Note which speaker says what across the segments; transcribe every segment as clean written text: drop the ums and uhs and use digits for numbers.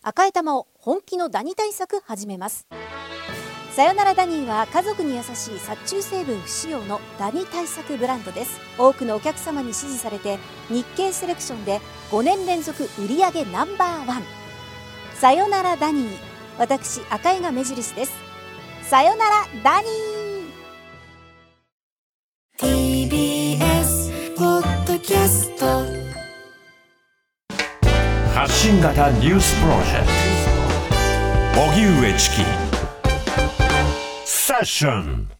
Speaker 1: 赤い玉を本気のダニ対策始めます。さよならダニーは家族に優しい殺虫成分不使用のダニ対策ブランドです。多くのお客様に支持されて日経セレクションで5年連続売上No.1。さよならダニー、私赤井が目印です。さよならダニ
Speaker 2: ー。 TBS ポッドキャスト、
Speaker 3: 発信型ニュースプロジェクト荻上チキセッション。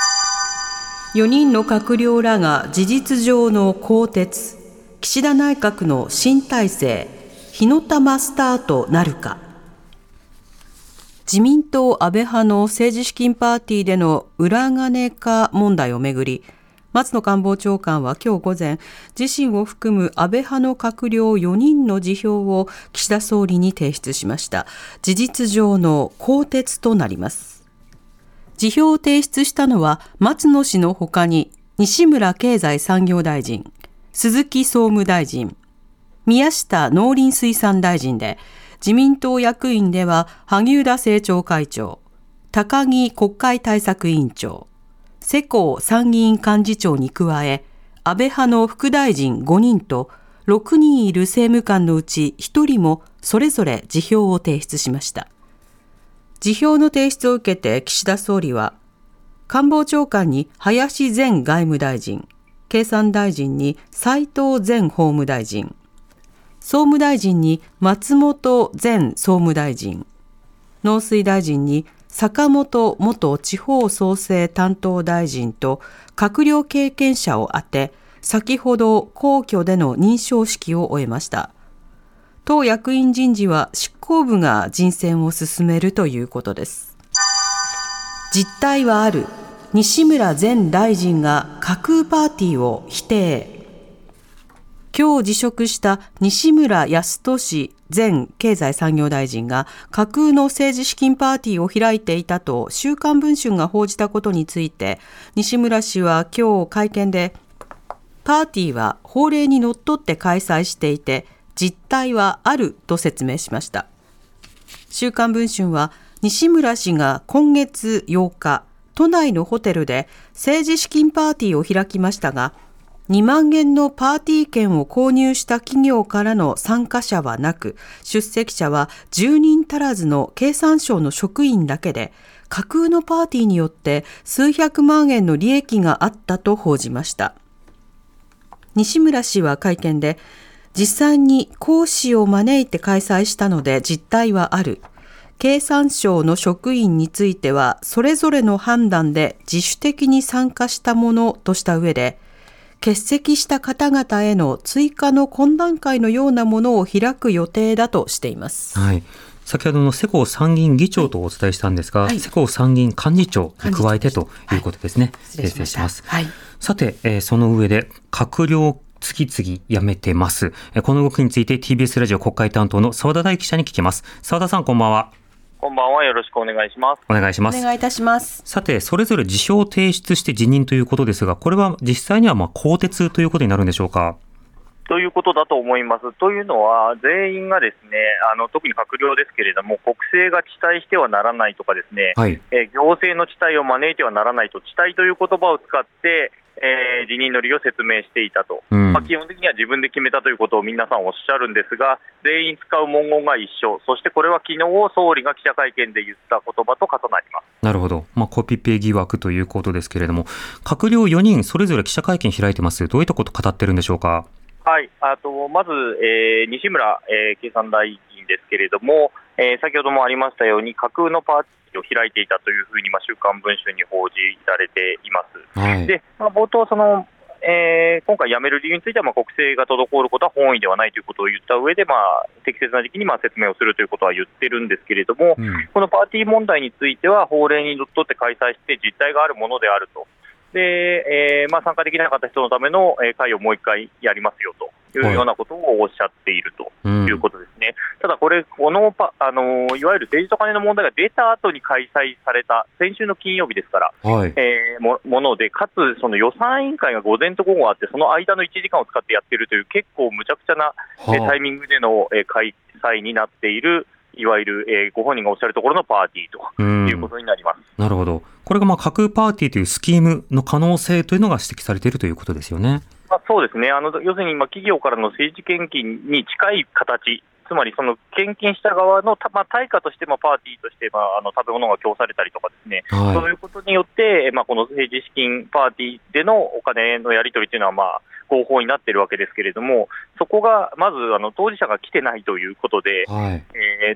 Speaker 4: 4人の閣僚らが事実上の更迭。岸田内閣の新体制、火の玉スタートなるか。自民党安倍派の政治資金パーティーでの裏金化問題をめぐり、松野官房長官は今日午前、自身を含む安倍派の閣僚4人の辞表を岸田総理に提出しました。事実上の更迭となります。辞表を提出したのは松野氏の他に西村経済産業大臣、鈴木総務大臣、宮下農林水産大臣で、自民党役員では萩生田政調会長、高木国会対策委員長、世耕参議院幹事長に加え、安倍派の副大臣5人と6人いる政務官のうち1人もそれぞれ辞表を提出しました。辞表の提出を受けて岸田総理は、官房長官に林前外務大臣、経産大臣に斉藤前法務大臣、総務大臣に松本前総務大臣、農水大臣に坂本元地方創生担当大臣と閣僚経験者を充て、先ほど皇居での認証式を終えました。党役員人事は執行部が人選を進めるということです。実態はある。西村前大臣が架空パーティーを否定。今日辞職した西村康稔前経済産業大臣が架空の政治資金パーティーを開いていたと週刊文春が報じたことについて、西村氏は今日会見で、パーティーは法令にのっとって開催していて、実態はあると説明しました。週刊文春は、西村氏が今月8日、都内のホテルで政治資金パーティーを開きましたが、2万円のパーティー券を購入した企業からの参加者はなく、出席者は10人足らずの経産省の職員だけで、架空のパーティーによって数百万円の利益があったと報じました。西村氏は会見で、実際に講師を招いて開催したので実態はある。経産省の職員についてはそれぞれの判断で自主的に参加したものとした上で、欠席した方々への追加の懇談会のようなものを開く予定だとしています。
Speaker 5: はい。先ほどの世耕参議院議長とお伝えしたんですが、世耕参議院幹事長に加えてということですね。訂正します。さて、その上で閣僚次々辞めてます。この動きについて TBS ラジオ国会担当の澤田大記者に聞きます。澤田さん、こんばんは。
Speaker 6: こんばんは。よろしくお願いします。
Speaker 5: お願いします。
Speaker 4: お願いいたします。
Speaker 5: さて、それぞれ辞表を提出して辞任ということですが、これは実際には更迭ということになるんでしょうか。
Speaker 6: ということだと思います。というのは、全員がですね、特に閣僚ですけれども、国政が遅滞してはならないとかですね、行政の遅滞を招いてはならないと、遅滞という言葉を使って、辞任の理由を説明していたと、基本的には自分で決めたということを皆さんおっしゃるんですが、全員使う文言が一緒、そしてこれは昨日総理が記者会見で言った言葉と重なります。
Speaker 5: なるほど、コピペ疑惑ということですけれども、閣僚4人それぞれ記者会見開いてます。どういったことを語ってるんでしょうか。
Speaker 6: はい、まず、西村、経産大臣ですけれども、先ほどもありましたように架空のパーティーを開いていたというふうに、週刊文春に報じられています。で、冒頭今回辞める理由については、国政が滞ることは本意ではないということを言った上で、適切な時期に説明をするということは言ってるんですけれども、このパーティー問題については法令にのっとって開催して実態があるものであると。で、参加できなかった人のための会をもう一回やりますよというようなことをおっしゃっているということですね。ただこのいわゆる政治と金の問題が出た後に開催された先週の金曜日ですから、もので、かつその予算委員会が午前と午後あって、その間の1時間を使ってやっているという結構むちゃくちゃなタイミングでの開催になっているいわゆる、ご本人がおっしゃるところのパーティーということになります。
Speaker 5: なるほど。これが架空パーティーというスキームの可能性というのが指摘されているということですよね。
Speaker 6: そうですね。要するに企業からの政治献金に近い形、つまりその献金した側の対価としてパーティーとして食べ物が供されたりとかですね、
Speaker 5: はい、
Speaker 6: そういうことによって、この政治資金パーティーでのお金のやり取りというのは合法になっているわけですけれども、そこがまず当事者が来てないということで、
Speaker 5: はい、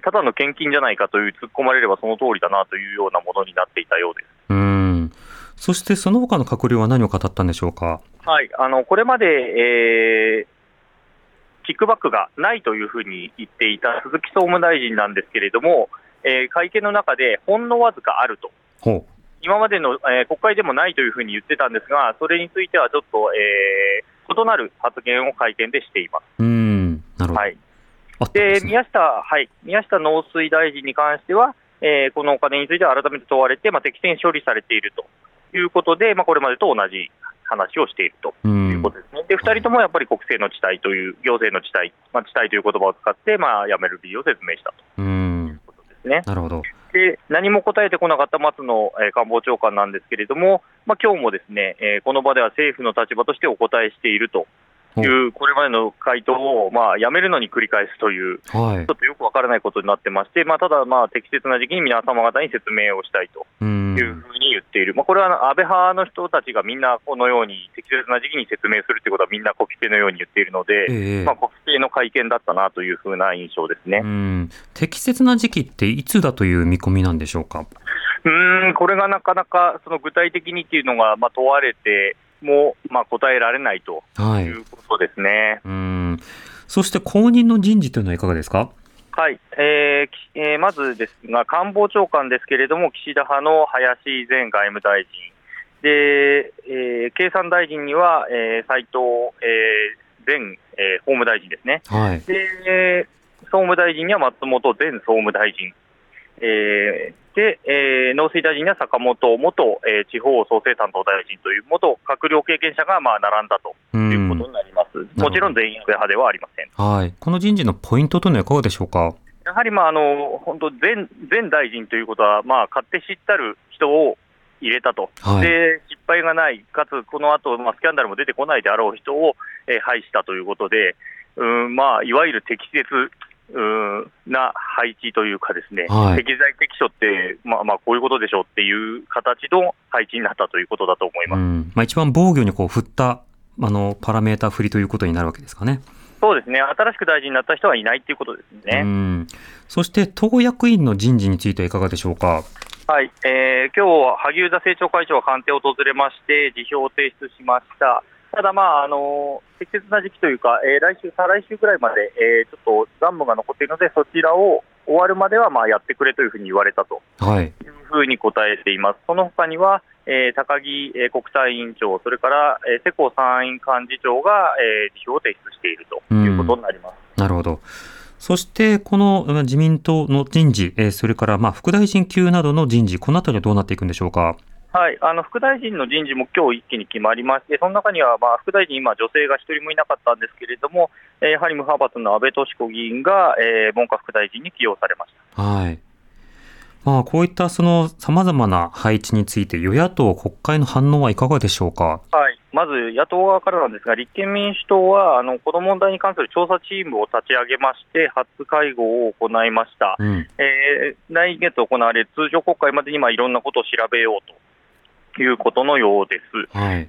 Speaker 6: ただの献金じゃないかという突っ込まれればその通りだなというようなものになっていたようです。
Speaker 5: そしてその他の閣僚は何を語ったんでしょうか。
Speaker 6: はい、これまで、キックバックがないというふうに言っていた鈴木総務大臣なんですけれども、会見の中でほんのわずかあると、今までの、国会でもないというふうに言ってたんですが、それについてはちょっと、異なる発言を会見でしています。
Speaker 5: なるほど。
Speaker 6: はい、で宮下農水大臣に関しては、このお金については改めて問われて、適正に処理されているということで、これまでと同じ話をしているということですね。で、2人ともやっぱり国政の地帯という、行政の地帯、地帯という言葉を使って、辞める理由を説明したということですね。
Speaker 5: なるほど。
Speaker 6: で、何も答えてこなかった松野官房長官なんですけれども、今日もですね、この場では政府の立場としてお答えしているという、これまでの回答をやめるのに繰り返すという、ちょっとよくわからないことになってまして、ただ適切な時期に皆様方に説明をしたいというふうに言っている。これは安倍派の人たちがみんなこのように適切な時期に説明するということはみんなコピペのように言っているので、コピペの会見だったなというふうな印象ですね。
Speaker 5: 適切な時期っていつだという見込みなんでしょうか。
Speaker 6: これがなかなかその具体的にっていうのが問われても答えられないということですね。
Speaker 5: そして後任の人事というのはいかがですか。
Speaker 6: はい、まずですが官房長官ですけれども、岸田派の林前外務大臣で、経産大臣には、斉藤、前、法務大臣ですね。で、総務大臣には松本前総務大臣、で、農水大臣には坂本元、地方創生担当大臣という元閣僚経験者が並んだということになります。もちろん全員安倍派ではありません。
Speaker 5: この人事のポイントというのはいかがでしょうか。
Speaker 6: やはり本当前大臣ということは勝手知ったる人を入れたと、で失敗がない、かつこの後スキャンダルも出てこないであろう人を配したということで、いわゆる適切な配置というかですね、適材適所ってこういうことでしょうっていう形の配置になったということだと思います。
Speaker 5: 一番防御に振ったパラメータ振りということになるわけですかね。
Speaker 6: そうですね。新しく大臣になった人はいないということですね。
Speaker 5: そして党役員の人事についてはいかがでしょうか。
Speaker 6: はい、今日は萩生田政調会長が官邸を訪れまして辞表を提出しました。ただ適切な時期というか、再来週ぐらいまで、ちょっと残務が残っているので、そちらを終わるまではやってくれというふうに言われたというふうに答えています。その他には、高木国対委員長、それから世耕参院幹事長が辞表を提出しているということになります。
Speaker 5: なるほど。そしてこの自民党の人事、それから副大臣級などの人事、このあたりはどうなっていくんでしょうか。
Speaker 6: はい、副大臣の人事も今日一気に決まりまして、その中には副大臣、今、女性が一人もいなかったんですけれども、やはり無派閥の安倍敏子議員が、文科副大臣に起用されました。
Speaker 5: こういったさまざまな配置について、与野党、国会の反応はいかがでしょうか。
Speaker 6: はい、まず野党側からなんですが、立憲民主党はこの問題に関する調査チームを立ち上げまして、初会合を行いました。来月行われる通常国会までにいろんなことを調べようということのようです。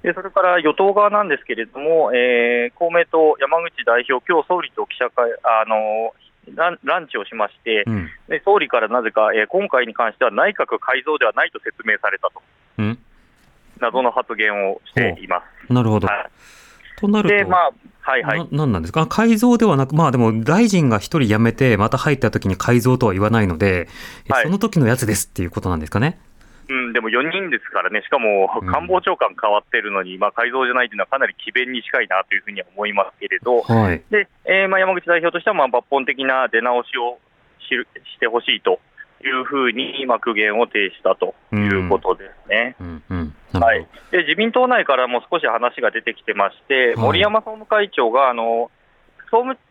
Speaker 6: でそれから与党側なんですけれども、公明党、山口代表、今日総理と記者会ランチをしまして、で総理からなぜか、今回に関しては内閣改造ではないと説明されたと、謎の発言をしています。
Speaker 5: なるほど。となると、何なんですか。改造ではなく、でも大臣が一人辞めてまた入った時に改造とは言わないので、その時のやつですっていうことなんですかね。
Speaker 6: でも4人ですからね、しかも官房長官変わってるのに、改造じゃないというのはかなり詭弁に近いなというふうには思いますけれど、で山口代表としては抜本的な出直しをしてほしいというふうに苦言を呈したということですね。で自民党内からも少し話が出てきてまして、森山総務会長が総務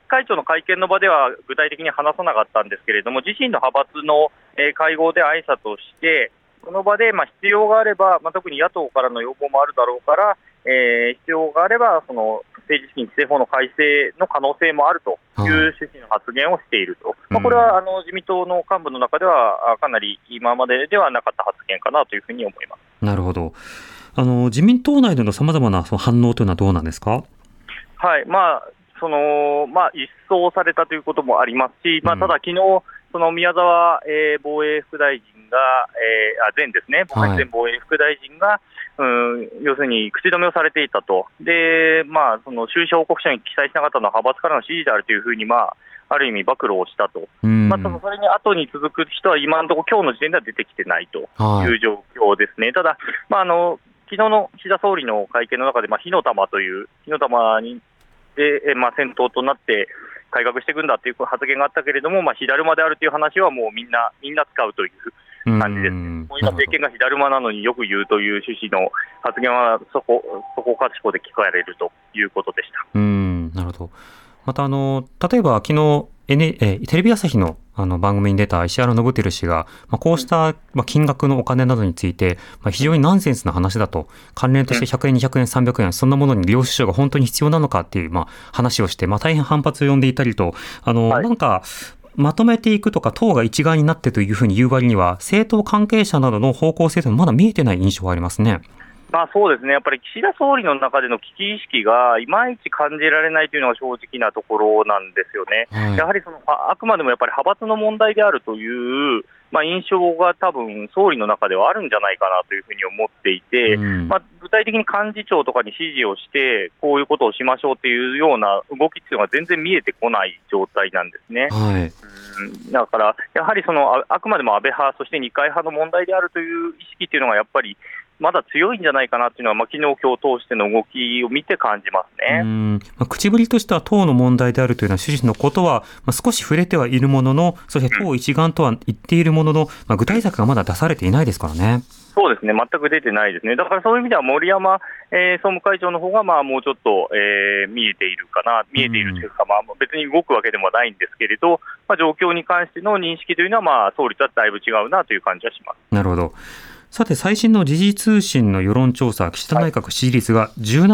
Speaker 6: 会長の会見の場では具体的に話さなかったんですけれども、自身の派閥の会合で挨拶をして、その場で必要があれば、特に野党からの要望もあるだろうから、必要があればその政治資金規正法の改正の可能性もあるという趣旨の発言をしていると、これは自民党の幹部の中ではかなり今までではなかった発言かなというふうに思います。
Speaker 5: なるほど。自民党内でのさまざまなその反応というのはどうなんですか。
Speaker 6: はい、一掃されたということもありますし、ただ昨日その宮沢、防衛副大臣が、前ですね、前防衛副大臣が、要するに口止めをされていたと。で、その収支報告書に記載しなかったのは派閥からの指示であるというふうに、ある意味暴露をしたと。それに後に続く人は今のところ今日の時点では出てきてないという状況ですね。ただ、昨日の岸田総理の会見の中で、火の玉という火の玉にで、先頭となって改革していくんだという発言があったけれども、火だるまであるという話はもうみんな使うという感じです。今政権が火だるまなのによく言うという趣旨の発言はそこかしこで聞かれるということでした。
Speaker 5: なるほど。また例えば昨日テレビ朝日の番組に出た石原伸晃氏が、こうした金額のお金などについて、非常にナンセンスな話だと、関連として100円、200円、300円、そんなものに領収書が本当に必要なのかっていう、話をして、大変反発を呼んでいたりと、なんか、まとめていくとか、党が一丸になってというふうに言う割には、政党関係者などの方向性というのはまだ見えてない印象がありますね。
Speaker 6: そうですね、やっぱり岸田総理の中での危機意識がいまいち感じられないというのが正直なところなんですよね。やはりあくまでもやっぱり派閥の問題であるという、印象が多分総理の中ではあるんじゃないかなというふうに思っていて、具体的に幹事長とかに指示をしてこういうことをしましょうというような動きっていうのが全然見えてこない状態なんですね。だからやはりあくまでも安倍派、そして二階派の問題であるという意識っていうのがやっぱりまだ強いんじゃないかなというのは、昨日、今日通しての動きを見て感じますね。
Speaker 5: 口ぶりとしては党の問題であるというような趣旨のことは、少し触れてはいるものの、そして党一丸とは言っているものの、具体策がまだ出されていないですからね。
Speaker 6: そうですね、全く出てないですね。だからそういう意味では森山、総務会長の方がもうちょっと、見えているかな、見えているというか、別に動くわけでもないんですけれど、状況に関しての認識というのは、総理とはだいぶ違うなという感じはします。
Speaker 5: なるほど。さて、最新の時事通信の世論調査、岸田内閣支持率が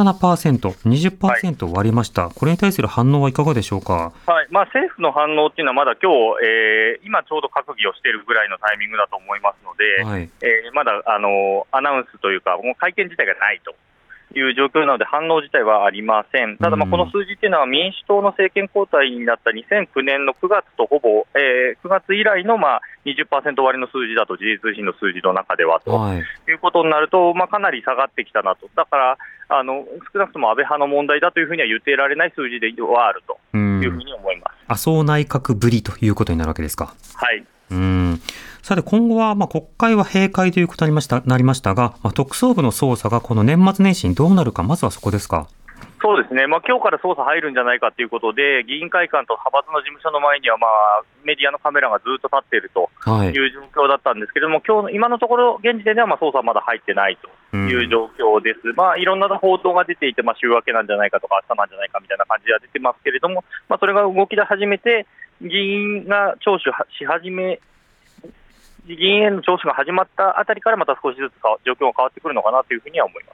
Speaker 5: 17%、20% 割りました。これに対する反応はいかがでしょうか。
Speaker 6: 政府の反応というのはまだ今日、今ちょうど閣議をしているぐらいのタイミングだと思いますので、まだアナウンスというか、もう会見自体がないという状況なので反応自体はありません。ただこの数字というのは民主党の政権交代になった2009年の9月とほぼ、9月以来の20% 割の数字だと、時事通信の数字の中ではということになると、かなり下がってきたなと。だから少なくとも安倍派の問題だというふうには言っていられない数字ではあるというふうに思います。
Speaker 5: 麻生内閣ぶりということになるわけですか。
Speaker 6: はい。
Speaker 5: さて今後は国会は閉会ということになりましたが、特捜部の捜査がこの年末年始にどうなるか、まずはそこですか。
Speaker 6: そうですね、今日から捜査入るんじゃないかということで、議員会館と派閥の事務所の前にはメディアのカメラがずっと立っているという状況だったんですけれども、今のところ現時点では捜査はまだ入ってないという状況です。いろんな報道が出ていて、週明けなんじゃないかとか明日なんじゃないかみたいな感じが出てますけれども、それが動き出始めて議員が聴取し始め議員への聴取が始まったあたりからまた少しずつ状況が変わってくるのかなというふうには思います。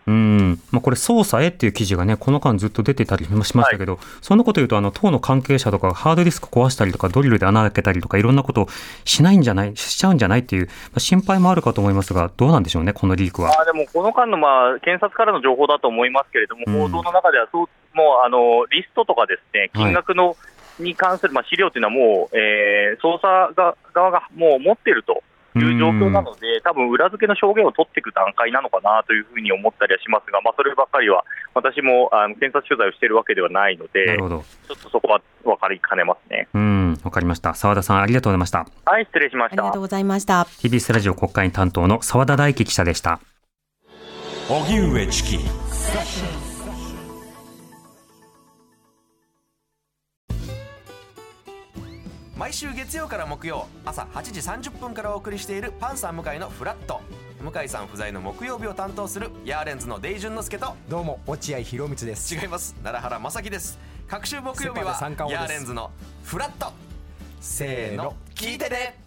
Speaker 5: これ捜査へっていう記事がね、この間ずっと出てたりしましたけど、そんなこと言うと党の関係者とかがハードディスク壊したりとかドリルで穴開けたりとかいろんなことをしちゃうんじゃないっていう心配もあるかと思いますが、どうなんでしょうね、このリークは。
Speaker 6: でもこの間の検察からの情報だと思いますけれども、報道の中ではもうリストとかですね、金額のに関する資料というのはもう、捜査側がもう持っているという状況なので、多分裏付けの証言を取っていく段階なのかなというふうに思ったりはしますが、そればっかりは私も検察取材をしているわけではないので、ちょっとそこは分かりかねますね。
Speaker 5: わかりました。澤田さん、ありがとうございました。
Speaker 6: はい、失礼しました。
Speaker 4: ありがとうございました。
Speaker 5: TBS ラジオ国会担当の澤田大樹記者でした。
Speaker 3: 荻上チキ
Speaker 7: 毎週月曜から木曜朝8時30分からお送りしているパンサー向井のフラット。向井さん不在の木曜日を担当するヤーレンズのデイジュンの之介と、
Speaker 8: どうも落合博満です。
Speaker 7: 違います、奈良原正樹です。 各週木曜日はヤーレンズのフラット。せーの聞いてね。